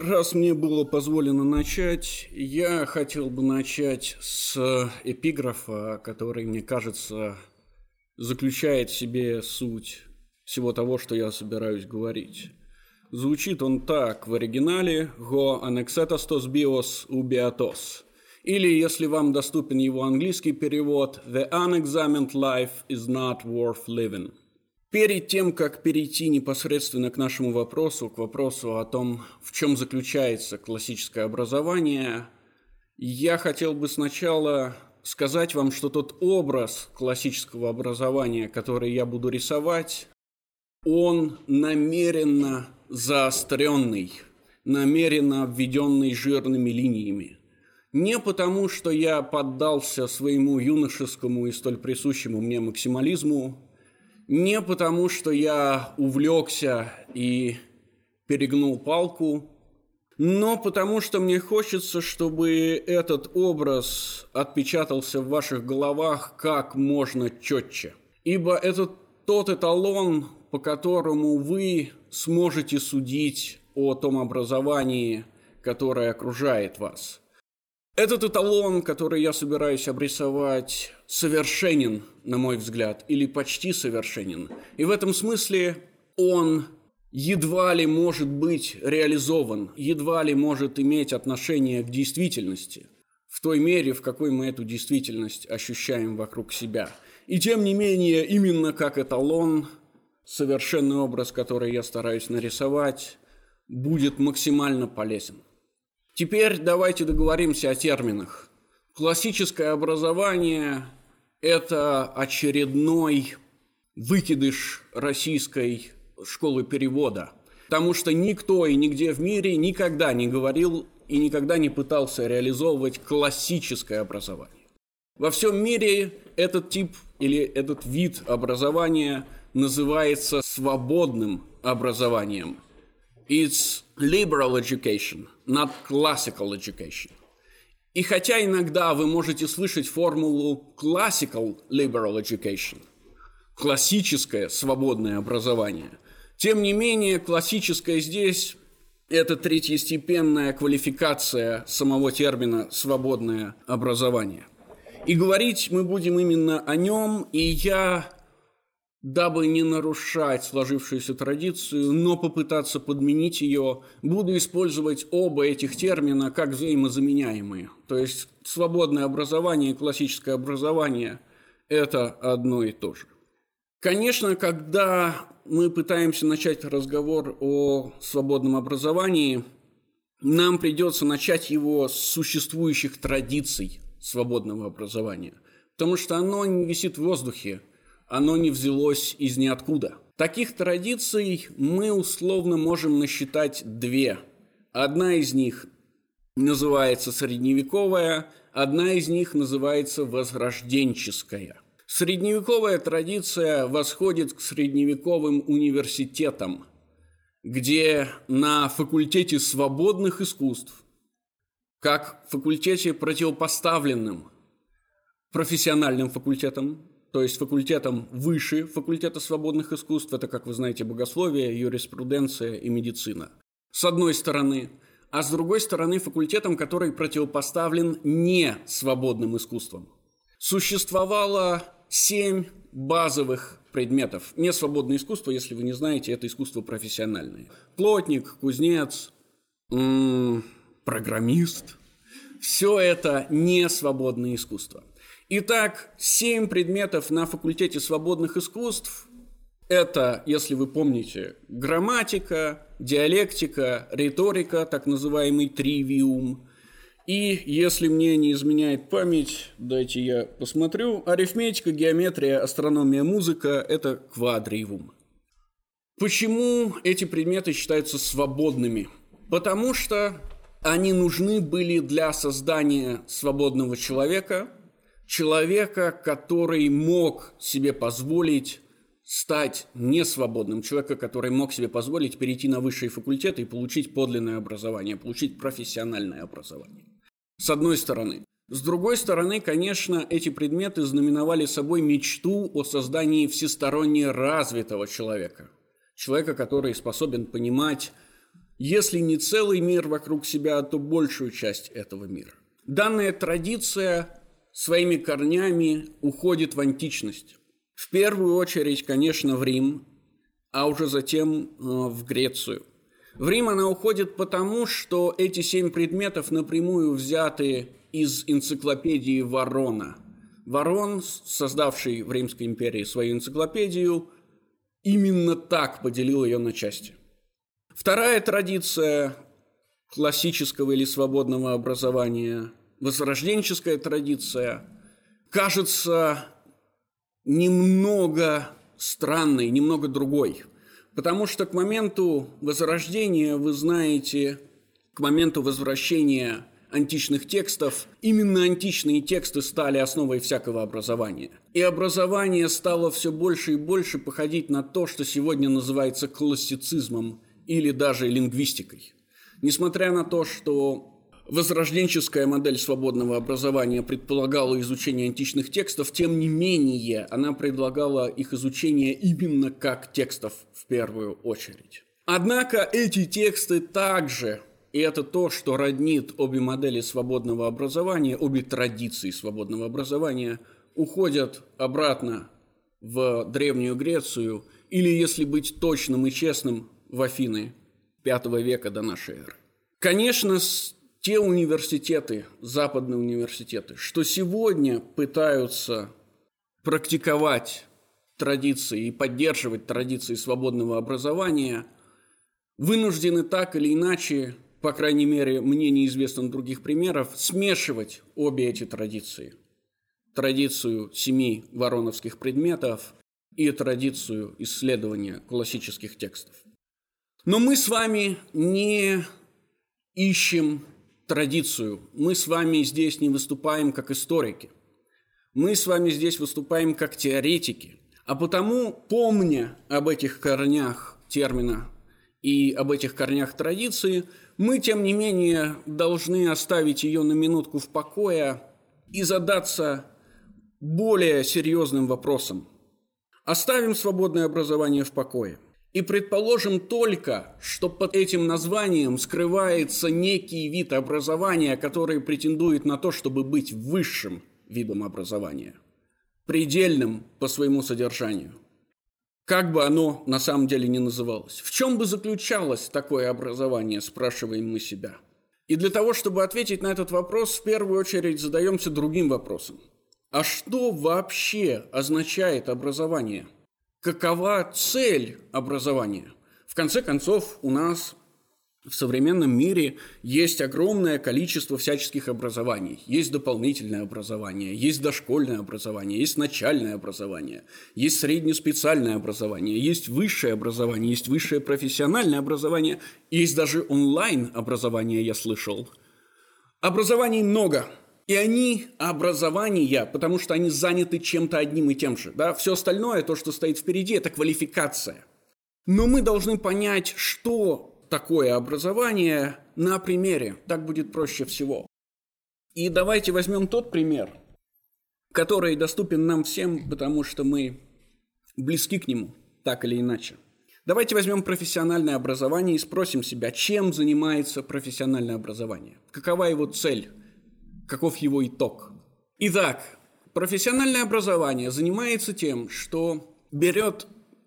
Раз мне было позволено начать, я хотел бы начать с эпиграфа, который, мне кажется, заключает в себе суть всего того, что я собираюсь говорить. Звучит он так в оригинале «Go anexetastos bios ubiatos». Или, если вам доступен его английский перевод «The unexamined life is not worth living». Перед тем, как перейти непосредственно к нашему вопросу, к вопросу о том, в чем заключается классическое образование, я хотел бы сначала сказать вам, что тот образ классического образования, который я буду рисовать, он намеренно заостренный, намеренно обведенный жирными линиями. Не потому, что я поддался своему юношескому и столь присущему мне максимализму, не потому, что я увлекся и перегнул палку, но потому, что мне хочется, чтобы этот образ отпечатался в ваших головах как можно четче. Ибо это тот эталон, по которому вы сможете судить о том образовании, которое окружает вас. Этот эталон, который я собираюсь обрисовать, совершенен, на мой взгляд, или почти совершенен. И в этом смысле он едва ли может быть реализован, едва ли может иметь отношение к действительности, в той мере, в какой мы эту действительность ощущаем вокруг себя. И тем не менее, именно как эталон, совершенный образ, который я стараюсь нарисовать, будет максимально полезен. Теперь давайте договоримся о терминах. Классическое образование – это очередной выкидыш российской школы перевода, потому что никто и нигде в мире никогда не говорил и никогда не пытался реализовывать классическое образование. Во всем мире этот тип или этот вид образования называется свободным образованием. It's liberal education, not classical education. И хотя иногда вы можете слышать формулу classical liberal education, классическое свободное образование, тем не менее классическое здесь – это третьестепенная квалификация самого термина «свободное образование». И говорить мы будем именно о нем, и я, дабы не нарушать сложившуюся традицию, но попытаться подменить ее, буду использовать оба этих термина как взаимозаменяемые. То есть свободное образование и классическое образование – это одно и то же. Конечно, когда мы пытаемся начать разговор о свободном образовании, нам придется начать его с существующих традиций свободного образования, потому что оно не висит в воздухе, оно не взялось из ниоткуда. Таких традиций мы условно можем насчитать две. Одна из них называется средневековая, одна из них называется возрожденческая. Средневековая традиция восходит к средневековым университетам, где на факультете свободных искусств, как факультете противопоставленным профессиональным факультетам, то есть факультетом выше факультета свободных искусств, это, как вы знаете, богословие, юриспруденция и медицина, с одной стороны, а с другой стороны факультетом, который противопоставлен не свободным искусствам. Существовало 7 базовых предметов. Не свободное искусство, если вы не знаете, это искусство профессиональное. Плотник, кузнец, программист. Все это не свободное искусство. Итак, 7 предметов на факультете свободных искусств – это, если вы помните, грамматика, диалектика, риторика, так называемый тривиум. И, если мне не изменяет память, дайте я посмотрю, арифметика, геометрия, астрономия, музыка – это квадривум. Почему эти предметы считаются свободными? Потому что они нужны были для создания свободного человека, который мог себе позволить стать несвободным, человека, который мог себе позволить перейти на высшие факультеты и получить подлинное образование, получить профессиональное образование. С одной стороны. С другой стороны, конечно, эти предметы знаменовали собой мечту о создании всесторонне развитого человека. Человека, который способен понимать если не целый мир вокруг себя, то большую часть этого мира. Данная традиция своими корнями уходит в античность. В первую очередь, конечно, в Рим, а уже затем в Грецию. В Рим она уходит потому, что эти 7 предметов напрямую взяты из энциклопедии Варрона. Варрон, создавший в Римской империи свою энциклопедию, именно так поделил ее на части. Вторая традиция классического или свободного образования, возрожденческая традиция, кажется немного странной, немного другой. Потому что к моменту Возрождения, вы знаете, к моменту возвращения античных текстов, именно античные тексты стали основой всякого образования. И образование стало все больше и больше походить на то, что сегодня называется классицизмом или даже лингвистикой. Несмотря на то, что возрожденческая модель свободного образования предполагала изучение античных текстов, тем не менее она предлагала их изучение именно как текстов в первую очередь. Однако эти тексты также, и это то, что роднит обе модели свободного образования, обе традиции свободного образования, уходят обратно в Древнюю Грецию или, если быть точным и честным, в Афины V века до нашей эры. Конечно, те университеты, западные университеты, что сегодня пытаются практиковать традиции и поддерживать традиции свободного образования, вынуждены так или иначе, по крайней мере, мне неизвестно других примеров, смешивать обе эти традиции. Традицию 7 вароновских предметов и традицию исследования классических текстов. Но мы с вами не ищем традицию. Мы с вами здесь не выступаем как историки. Мы с вами здесь выступаем как теоретики. А потому, помня об этих корнях термина и об этих корнях традиции, мы, тем не менее, должны оставить ее на минутку в покое и задаться более серьезным вопросом. Оставим свободное образование в покое. И предположим только, что под этим названием скрывается некий вид образования, который претендует на то, чтобы быть высшим видом образования, предельным по своему содержанию. Как бы оно на самом деле ни называлось. В чем бы заключалось такое образование, спрашиваем мы себя. И для того, чтобы ответить на этот вопрос, в первую очередь задаемся другим вопросом. А что вообще означает образование? Какова цель образования? В конце концов, у нас в современном мире есть огромное количество всяческих образований. Есть дополнительное образование, есть дошкольное образование, есть начальное образование, есть среднеспециальное образование, есть высшее образование, есть высшее профессиональное образование, есть даже онлайн-образование, я слышал. Образований много. И они образования, потому что они заняты чем-то одним и тем же. Да? Все остальное, то, что стоит впереди, это квалификация. Но мы должны понять, что такое образование на примере. Так будет проще всего. И давайте возьмем тот пример, который доступен нам всем, потому что мы близки к нему, так или иначе. Давайте возьмем профессиональное образование и спросим себя, чем занимается профессиональное образование? Какова его цель? Каков его итог? Итак, профессиональное образование занимается тем, что берет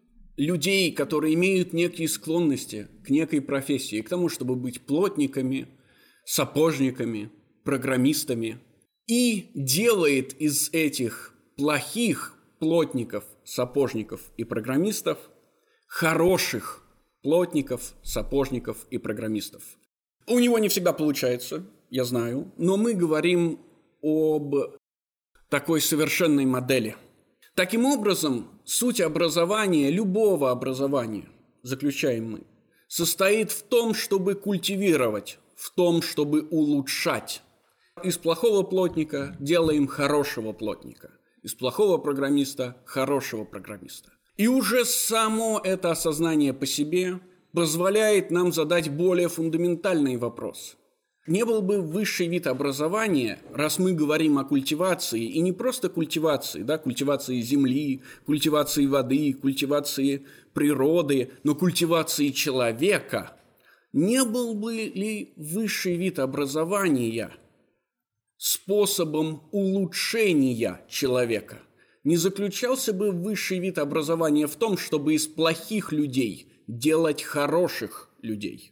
людей, которые имеют некие склонности к некой профессии, к тому, чтобы быть плотниками, сапожниками, программистами, и делает из этих плохих плотников, сапожников и программистов хороших плотников, сапожников и программистов. У него не всегда получается, я знаю, но мы говорим об такой совершенной модели. Таким образом, суть образования, любого образования, заключаем мы, состоит в том, чтобы культивировать, в том, чтобы улучшать. Из плохого плотника делаем хорошего плотника, из плохого программиста – хорошего программиста. И уже само это осознание по себе позволяет нам задать более фундаментальный вопрос. Не был бы высший вид образования, раз мы говорим о культивации, и не просто культивации, да, культивации земли, культивации воды, культивации природы, но культивации человека, Не был бы ли высший вид образования способом улучшения человека? Не заключался бы высший вид образования в том, чтобы из плохих людей делать хороших людей?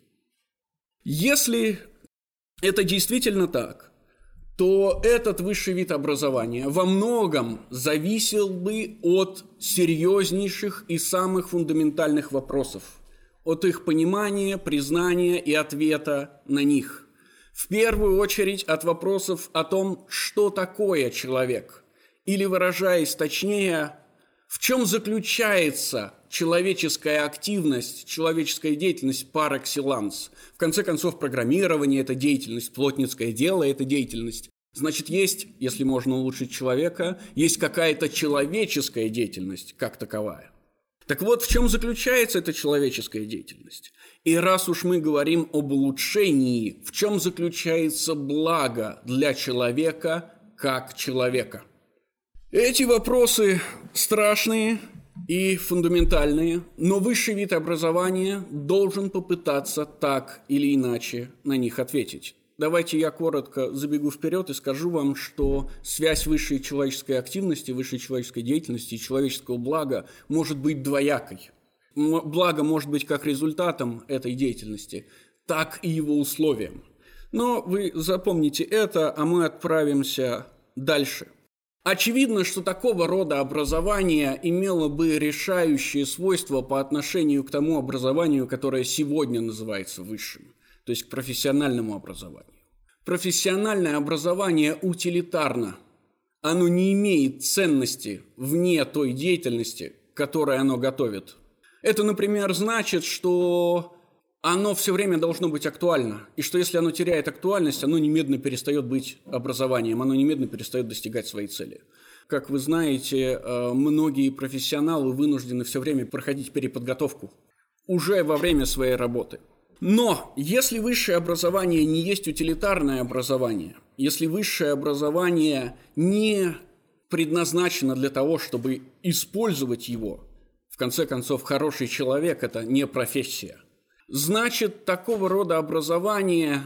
Если это действительно так, то этот высший вид образования во многом зависел бы от серьезнейших и самых фундаментальных вопросов, от их понимания, признания и ответа на них. В первую очередь от вопросов о том, что такое человек, или, выражаясь точнее, в чем заключается человеческая активность, человеческая деятельность par excellence. В конце концов, программирование – это деятельность, плотницкое дело – это деятельность. Значит, есть, если можно улучшить человека, есть какая-то человеческая деятельность как таковая. Так вот, в чем заключается эта человеческая деятельность? И раз уж мы говорим об улучшении, в чем заключается благо для человека как человека? Эти вопросы страшные и фундаментальные, но высший вид образования должен попытаться так или иначе на них ответить. Давайте я коротко забегу вперед и скажу вам, что связь высшей человеческой активности, высшей человеческой деятельности и человеческого блага может быть двоякой. Благо может быть как результатом этой деятельности, так и его условием. Но вы запомните это, а мы отправимся дальше. Очевидно, что такого рода образование имело бы решающие свойства по отношению к тому образованию, которое сегодня называется высшим, то есть к профессиональному образованию. Профессиональное образование утилитарно. Оно не имеет ценности вне той деятельности, которой оно готовит. Это, например, значит, что оно все время должно быть актуально, и что если оно теряет актуальность, оно немедленно перестает быть образованием, оно немедленно перестает достигать своей цели. Как вы знаете, многие профессионалы вынуждены все время проходить переподготовку уже во время своей работы. Но если высшее образование не есть утилитарное образование, если высшее образование не предназначено для того, чтобы использовать его, в конце концов, хороший человек – это не профессия, значит, такого рода образование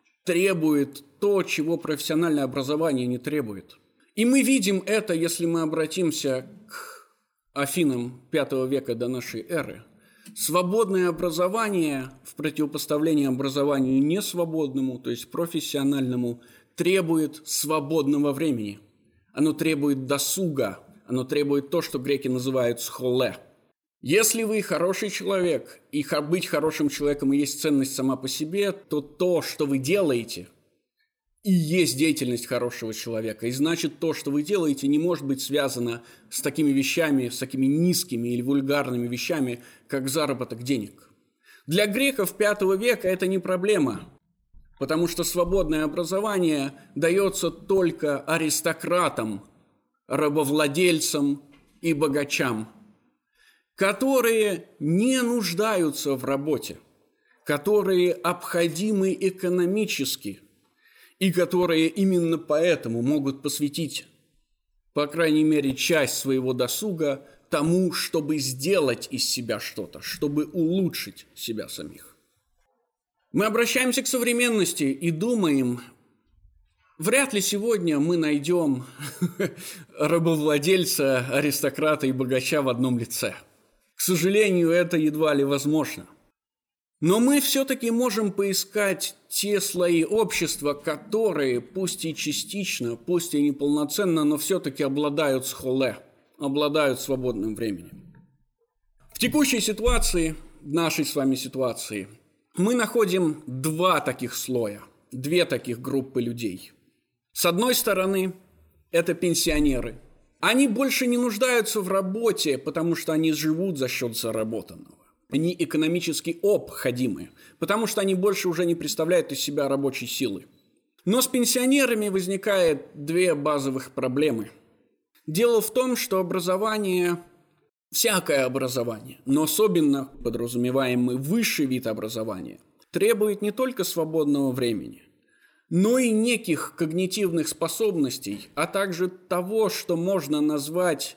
требует то, чего профессиональное образование не требует. И мы видим это, если мы обратимся к Афинам V века до нашей эры. Свободное образование в противопоставлении образованию несвободному, то есть профессиональному, требует свободного времени. Оно требует досуга, оно требует то, что греки называют схоле. Если вы хороший человек, и быть хорошим человеком и есть ценность сама по себе, то, что вы делаете, и есть деятельность хорошего человека. И значит, то, что вы делаете, не может быть связано с такими вещами, с такими низкими или вульгарными вещами, как заработок денег. Для греков V века это не проблема, потому что свободное образование дается только аристократам, рабовладельцам и богачам, которые не нуждаются в работе, которые обходимы экономически, и которые именно поэтому могут посвятить, по крайней мере, часть своего досуга тому, чтобы сделать из себя что-то, чтобы улучшить себя самих. Мы обращаемся к современности и думаем, вряд ли сегодня мы найдем рабовладельца, аристократа и богача в одном лице. К сожалению, это едва ли возможно. Но мы все-таки можем поискать те слои общества, которые, пусть и частично, пусть и неполноценно, но все-таки обладают схоле, обладают свободным временем. В текущей ситуации, в нашей с вами ситуации, мы находим два таких слоя, две таких группы людей. С одной стороны, это пенсионеры. Они больше не нуждаются в работе, потому что они живут за счет заработанного. Они экономически обходимы, потому что они больше уже не представляют из себя рабочей силы. Но с пенсионерами возникает две базовых проблемы. Дело в том, что образование, всякое образование, но особенно подразумеваемый высший вид образования, требует не только свободного времени, но и неких когнитивных способностей, а также того, что можно назвать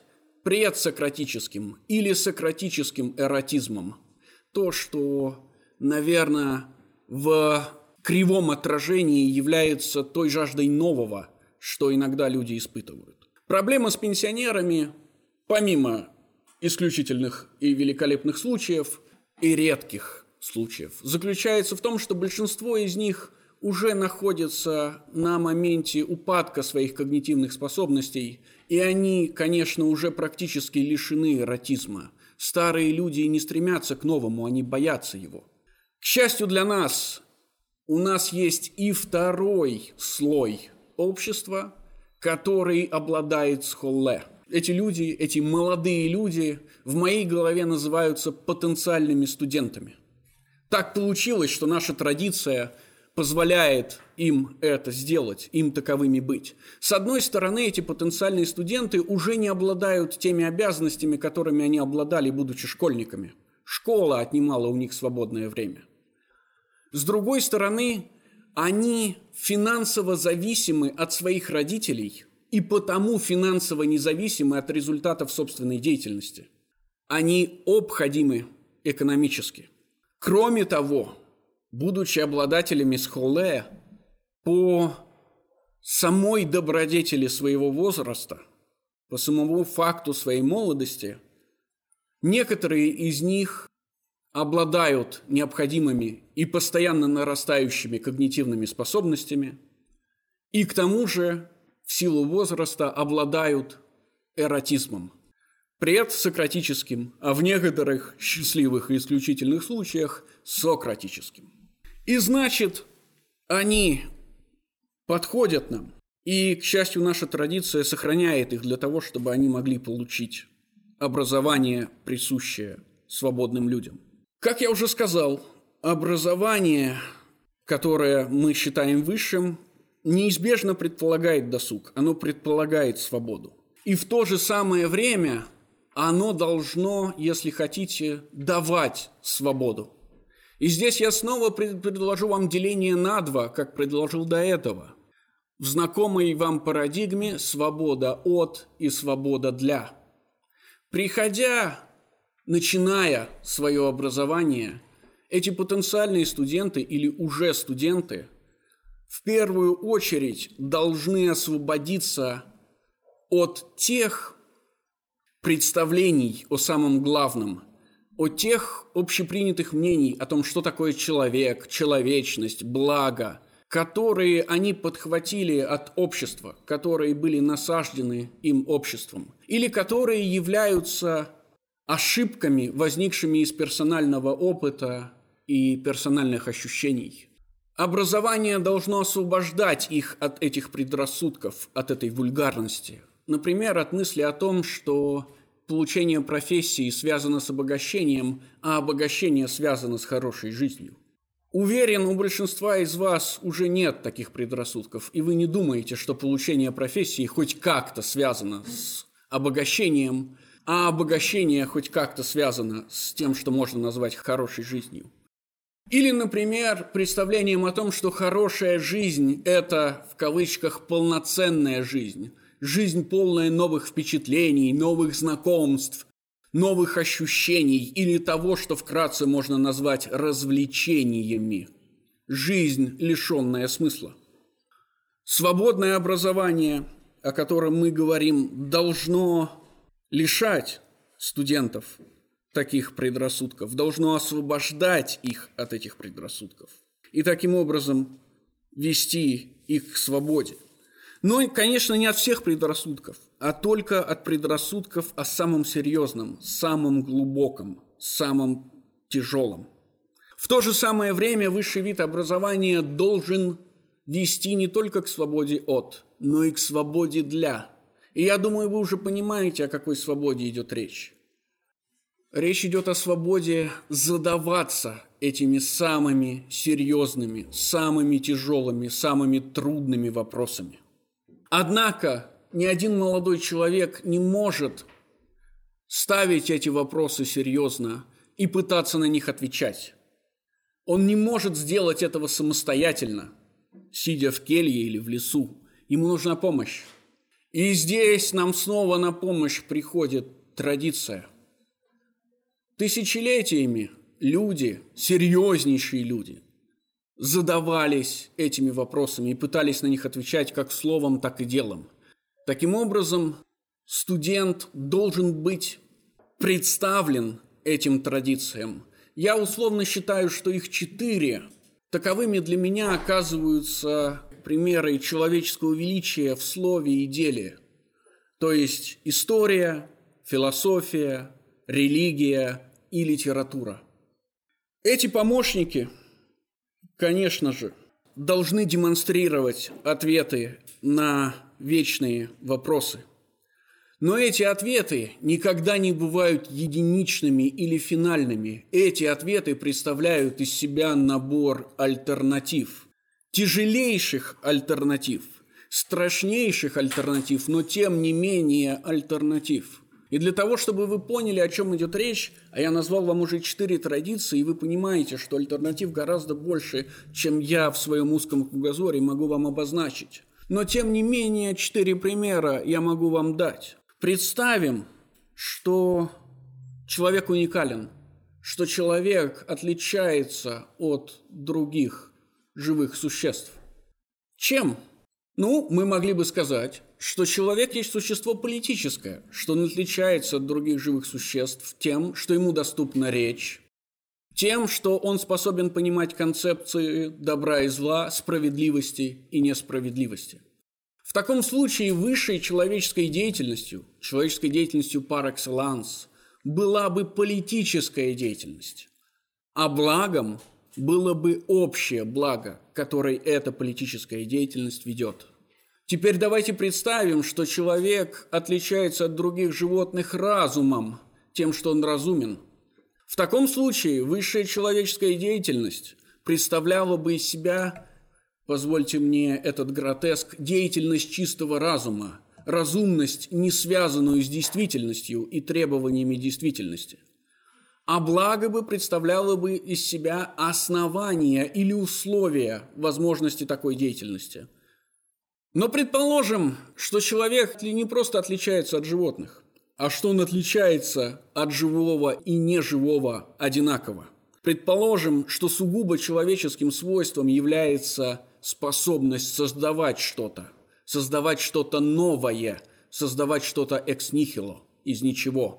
предсократическим или сократическим эротизмом. То, что, наверное, в кривом отражении является той жаждой нового, что иногда люди испытывают. Проблема с пенсионерами, помимо исключительных и великолепных случаев и редких случаев, заключается в том, что большинство из них уже находятся на моменте упадка своих когнитивных способностей, и они, конечно, уже практически лишены эротизма. Старые люди не стремятся к новому, они боятся его. К счастью для нас, у нас есть и второй слой общества, который обладает схолле. Эти люди, эти молодые люди в моей голове называются потенциальными студентами. Так получилось, что наша традиция позволяет им это сделать, им таковыми быть. С одной стороны, эти потенциальные студенты уже не обладают теми обязанностями, которыми они обладали, будучи школьниками. Школа отнимала у них свободное время. С другой стороны, они финансово зависимы от своих родителей и потому финансово независимы от результатов собственной деятельности. Они обходимы экономически. Кроме того, будучи обладателями схоле, по самой добродетели своего возраста, по самому факту своей молодости, некоторые из них обладают необходимыми и постоянно нарастающими когнитивными способностями, и к тому же в силу возраста обладают эротизмом, предсократическим, а в некоторых счастливых и исключительных случаях сократическим. И значит, они подходят нам, и, к счастью, наша традиция сохраняет их для того, чтобы они могли получить образование, присущее свободным людям. Как я уже сказал, образование, которое мы считаем высшим, неизбежно предполагает досуг, оно предполагает свободу. И в то же самое время оно должно, если хотите, давать свободу. И здесь я снова предложу вам деление на два, как предложил до этого. В знакомой вам парадигме свобода от и свобода для. Начиная свое образование, эти потенциальные студенты или уже студенты в первую очередь должны освободиться от тех представлений о самом главном, от тех общепринятых мнений о том, что такое человек, человечность, благо, которые они подхватили от общества, которые были насаждены им обществом, или которые являются ошибками, возникшими из персонального опыта и персональных ощущений. Образование должно освобождать их от этих предрассудков, от этой вульгарности. Например, от мысли о том, что получение профессии связано с обогащением, а обогащение связано с хорошей жизнью. Уверен, у большинства из вас уже нет таких предрассудков, и вы не думаете, что получение профессии хоть как-то связано с обогащением, а обогащение хоть как-то связано с тем, что можно назвать хорошей жизнью. Или, например, представлением о том, что хорошая жизнь – это, в кавычках, полноценная жизнь, жизнь, полная новых впечатлений, новых знакомств, новых ощущений или того, что вкратце можно назвать развлечениями. Жизнь, лишенная смысла. Свободное образование, о котором мы говорим, должно лишать студентов таких предрассудков, должно освобождать их от этих предрассудков и таким образом вести их к свободе. Но, конечно, не от всех предрассудков, а только от предрассудков о самом серьезном, самом глубоком, самом тяжелом. В то же самое время высший вид образования должен вести не только к свободе от, но и к свободе для. И я думаю, вы уже понимаете, о какой свободе идет речь. Речь идет о свободе задаваться этими самыми серьезными, самыми тяжелыми, самыми трудными вопросами. Однако ни один молодой человек не может ставить эти вопросы серьезно и пытаться на них отвечать. Он не может сделать этого самостоятельно, сидя в келье или в лесу. Ему нужна помощь. И здесь нам снова на помощь приходит традиция. Тысячелетиями люди, серьезнейшие люди, задавались этими вопросами и пытались на них отвечать как словом, так и делом. Таким образом, студент должен быть представлен этим традициям. Я условно считаю, что их 4. Таковыми для меня оказываются примеры человеческого величия в слове и деле. То есть история, философия, религия и литература. Эти помощники, конечно же, должны демонстрировать ответы на вечные вопросы. Но эти ответы никогда не бывают единичными или финальными. Эти ответы представляют из себя набор альтернатив. Тяжелейших альтернатив, страшнейших альтернатив, но тем не менее альтернатив. И для того, чтобы вы поняли, о чем идет речь, а я назвал вам уже 4 традиции, и вы понимаете, что альтернатив гораздо больше, чем я в своем узком кругозоре могу вам обозначить. Но тем не менее 4 примера я могу вам дать. Представим, что человек уникален, что человек отличается от других живых существ. Чем? Мы могли бы сказать, что человек есть существо политическое, что он отличается от других живых существ тем, что ему доступна речь, тем, что он способен понимать концепции добра и зла, справедливости и несправедливости. В таком случае высшей человеческой деятельностью par excellence, была бы политическая деятельность, а благом было бы общее благо, которое эта политическая деятельность ведет. Теперь давайте представим, что человек отличается от других животных разумом, тем, что он разумен. В таком случае высшая человеческая деятельность представляла бы из себя, позвольте мне этот гротеск, деятельность чистого разума, разумность, не связанную с действительностью и требованиями действительности. А благо бы представляло бы из себя основания или условия возможности такой деятельности. Но предположим, что человек не просто отличается от животных, а что он отличается от живого и неживого одинаково. Предположим, что сугубо человеческим свойством является способность создавать что-то новое, создавать что-то ex nihilo, из ничего,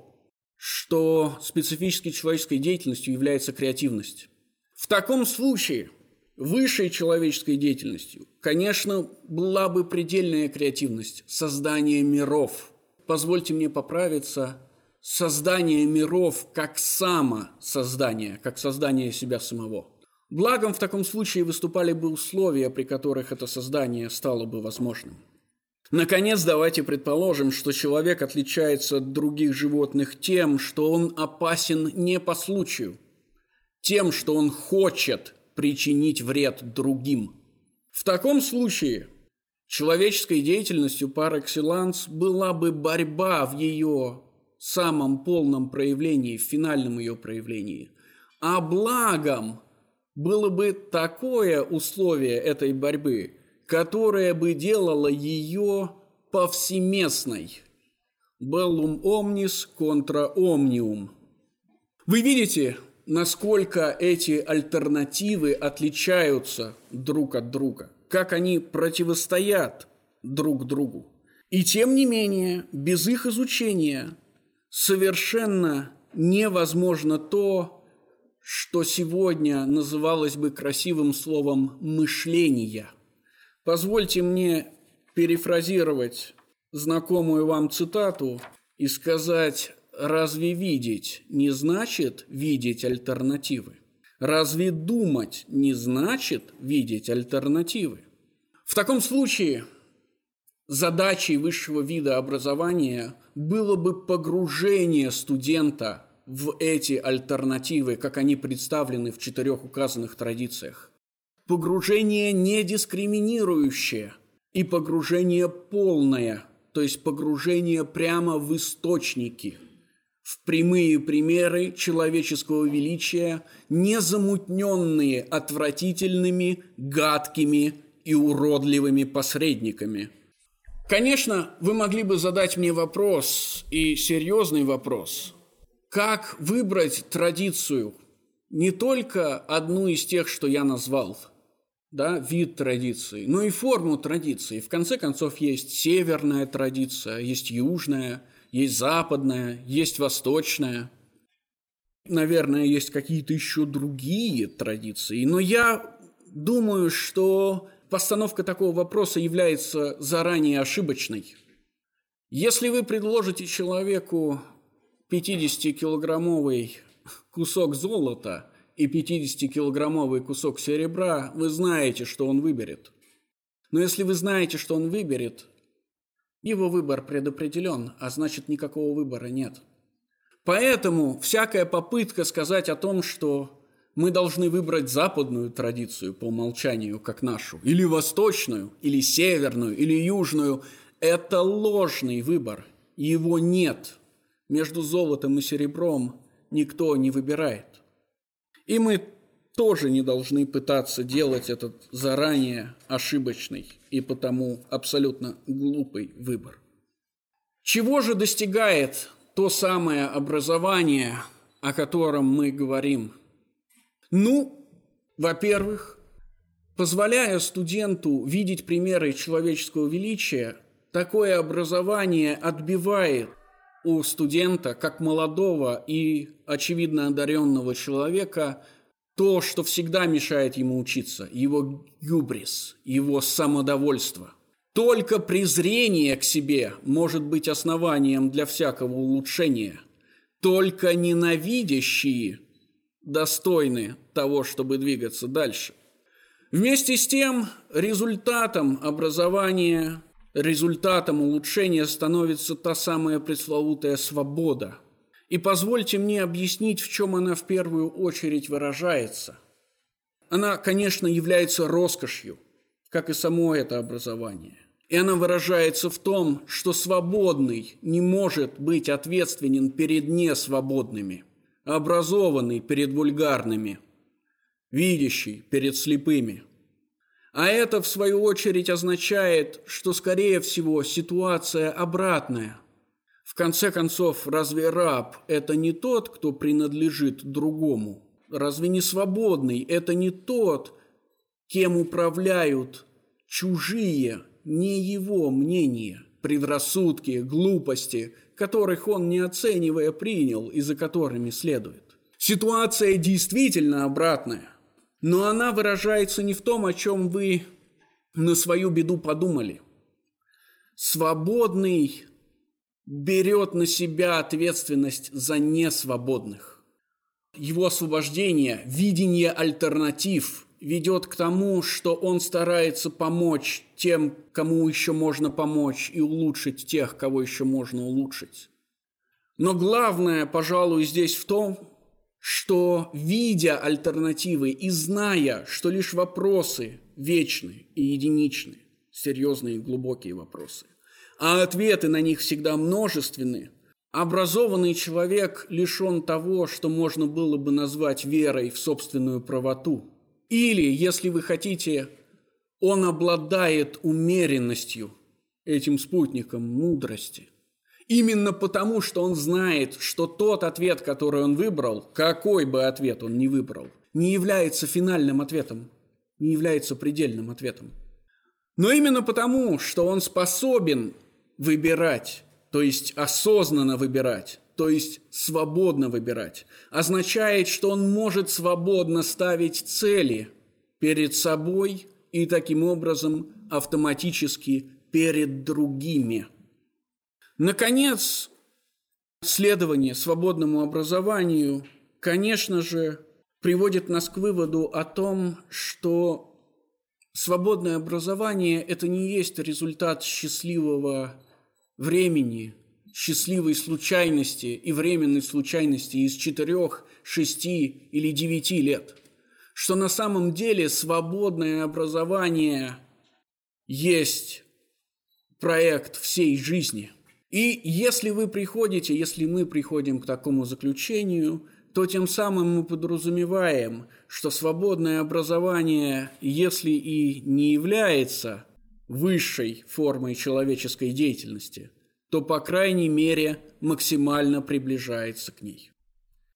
что специфической человеческой деятельностью является креативность. В таком случае высшей человеческой деятельностью, конечно, была бы предельная креативность, создание миров. Позвольте мне поправиться, создание миров как самосоздание, как создание себя самого. Благом в таком случае выступали бы условия, при которых это создание стало бы возможным. Наконец, давайте предположим, что человек отличается от других животных тем, что он опасен не по случаю, тем, что он хочет причинить вред другим. В таком случае человеческой деятельностью par excellence была бы борьба в ее самом полном проявлении, в финальном ее проявлении. А благом было бы такое условие этой борьбы, которое бы делало ее повсеместной. Bellum omnis contra omnium. Вы видите, насколько эти альтернативы отличаются друг от друга, как они противостоят друг другу. И тем не менее, без их изучения совершенно невозможно то, что сегодня называлось бы красивым словом «мышление». Позвольте мне перефразировать знакомую вам цитату и сказать: разве видеть не значит видеть альтернативы? Разве думать не значит видеть альтернативы? В таком случае задачей высшего вида образования было бы погружение студента в эти альтернативы, как они представлены в 4 указанных традициях. Погружение не дискриминирующее и погружение полное, то есть погружение прямо в источники, в прямые примеры человеческого величия, не замутненные отвратительными, гадкими и уродливыми посредниками. Конечно, вы могли бы задать мне вопрос, и серьезный вопрос: как выбрать традицию, не только одну из тех, что я назвал, да, вид традиции, но и форму традиции. В конце концов, есть северная традиция, есть южная, есть западная, есть восточная. Наверное, есть какие-то еще другие традиции, но я думаю, что постановка такого вопроса является заранее ошибочной. Если вы предложите человеку 50-килограммовый кусок золота и 50-килограммовый кусок серебра, вы знаете, что он выберет. Но если вы знаете, что он выберет, его выбор предопределен, а значит, никакого выбора нет. Поэтому всякая попытка сказать о том, что мы должны выбрать западную традицию по умолчанию, как нашу, или восточную, или северную, или южную, это ложный выбор. Его нет. Между золотом и серебром никто не выбирает. И мы тоже не должны пытаться делать этот заранее ошибочный и потому абсолютно глупый выбор. Чего же достигает то самое образование, о котором мы говорим? Во-первых, позволяя студенту видеть примеры человеческого величия, такое образование отбивает у студента, как молодого и, очевидно, одаренного человека, то, что всегда мешает ему учиться, его гюбрис, его самодовольство. Только презрение к себе может быть основанием для всякого улучшения. Только ненавидящие достойны того, чтобы двигаться дальше. Вместе с тем, результатом образования, результатом улучшения становится та самая пресловутая свобода. И позвольте мне объяснить, в чем она в первую очередь выражается. Она, конечно, является роскошью, как и само это образование. И она выражается в том, что свободный не может быть ответственен перед несвободными, образованный перед вульгарными, видящий перед слепыми. А это, в свою очередь, означает, что, скорее всего, ситуация обратная. В конце концов, разве раб – это не тот, кто принадлежит другому? Разве не свободный – это не тот, кем управляют чужие, не его мнения, предрассудки, глупости, которых он, не оценивая, принял и за которыми следует? Ситуация действительно обратная, но она выражается не в том, о чем вы на свою беду подумали. Свободный берет на себя ответственность за несвободных. Его освобождение, видение альтернатив ведет к тому, что он старается помочь тем, кому еще можно помочь, и улучшить тех, кого еще можно улучшить. Но главное, пожалуй, здесь в том, что, видя альтернативы и зная, что лишь вопросы вечны и единичны, серьезные и глубокие вопросы, а ответы на них всегда множественны, образованный человек лишен того, что можно было бы назвать верой в собственную правоту. Или, если вы хотите, он обладает умеренностью, этим спутником мудрости. Именно потому, что он знает, что тот ответ, который он выбрал, какой бы ответ он ни выбрал, не является финальным ответом, не является предельным ответом. Но именно потому, что он способен выбирать, то есть осознанно выбирать, то есть свободно выбирать, означает, что он может свободно ставить цели перед собой и таким образом автоматически перед другими. Наконец, следование свободному образованию, конечно же, приводит нас к выводу о том, что свободное образование – это не есть результат счастливого времени, счастливой случайности и временной случайности из 4, 6 или 9 лет. Что на самом деле свободное образование есть проект всей жизни. И если мы приходим к такому заключению, то тем самым мы подразумеваем, что свободное образование, если и не является высшей формой человеческой деятельности, то, по крайней мере, максимально приближается к ней.